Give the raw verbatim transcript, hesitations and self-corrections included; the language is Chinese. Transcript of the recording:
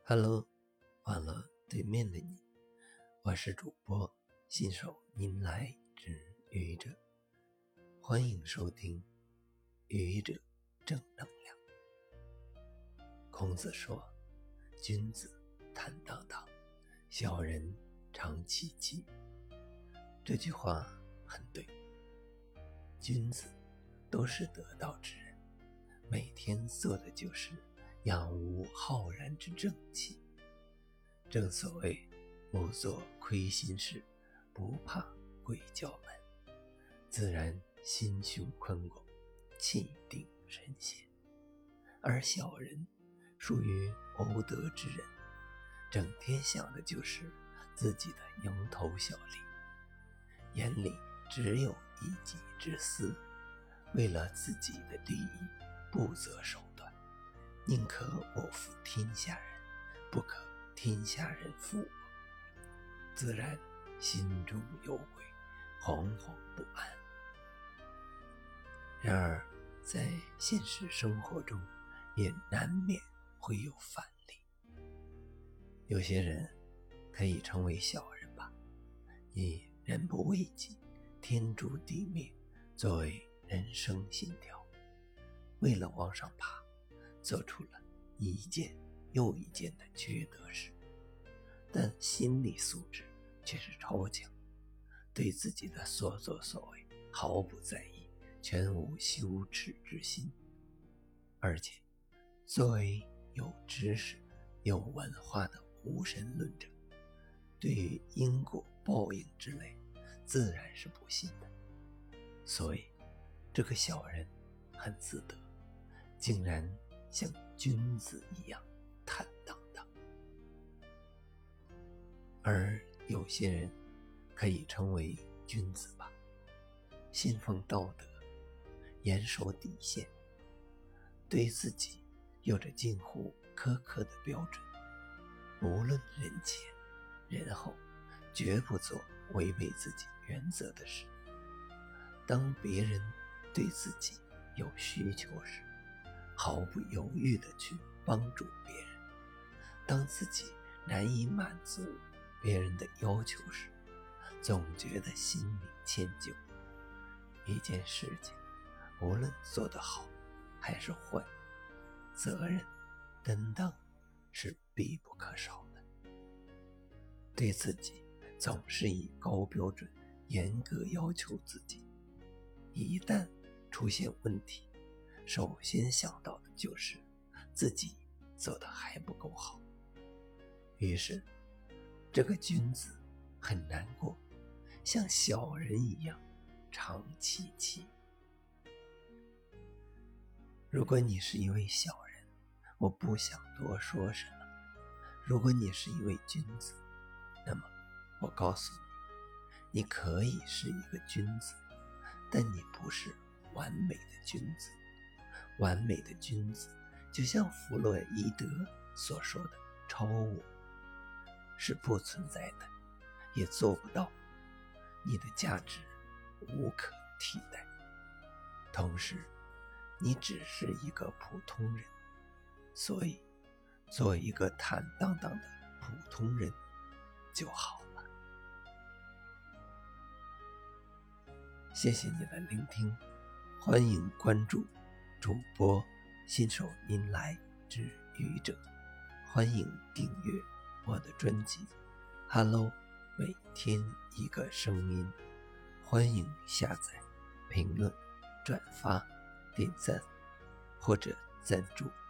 Hello， 忘了对面的你，我是主播信手拈来之愚者，欢迎收听愚者正能量。孔子说，君子坦荡荡，小人长戚戚。这句话很对，君子都是得道之人，每天做的就是养无浩然之正气。正所谓勿做亏心事，不怕鬼叫门，自然心胸宽广，气定神闲。而小人属于谋德之人，整天想的就是自己的蝇头小利，眼里只有一己之私，为了自己的利益不择手段，宁可我负天下人，不可天下人负我，自然心中有鬼，惶惶不安。然而在现实生活中也难免会有反例，有些人可以称为小人吧，以人不为己，天诛地灭作为人生信条，为了往上爬，做出了一件又一件的缺德事，但心理素质却是超强，对自己的所作所为毫不在意，全无羞耻之心。而且作为有知识有文化的无神论者，对于因果报应之类自然是不信的，所以这个小人很自得，竟然像君子一样坦荡荡。而有些人可以称为君子吧，信奉道德，严守底线，对自己有着近乎苛刻的标准，无论人前人后，绝不做违背自己原则的事。当别人对自己有需求时，毫不犹豫地去帮助别人；当自己难以满足别人的要求时，总觉得心里歉疚。一件事情无论做得好还是坏，责任担当是必不可少的。对自己总是以高标准严格要求自己，一旦出现问题，首先想到的就是自己做得还不够好。于是这个君子很难过，像小人一样长戚戚。如果你是一位小人，我不想多说什么；如果你是一位君子，那么我告诉你，你可以是一个君子，但你不是完美的君子。完美的君子就像弗洛伊德所说的超我，是不存在的，也做不到，你的价值无可替代。同时你只是一个普通人，所以做一个坦荡荡的普通人就好了。谢谢你的聆听，欢迎关注主播信手拈来之愚者，欢迎订阅我的专辑 Hello， 每天一个声音，欢迎下载、评论、转发、点赞或者赞助。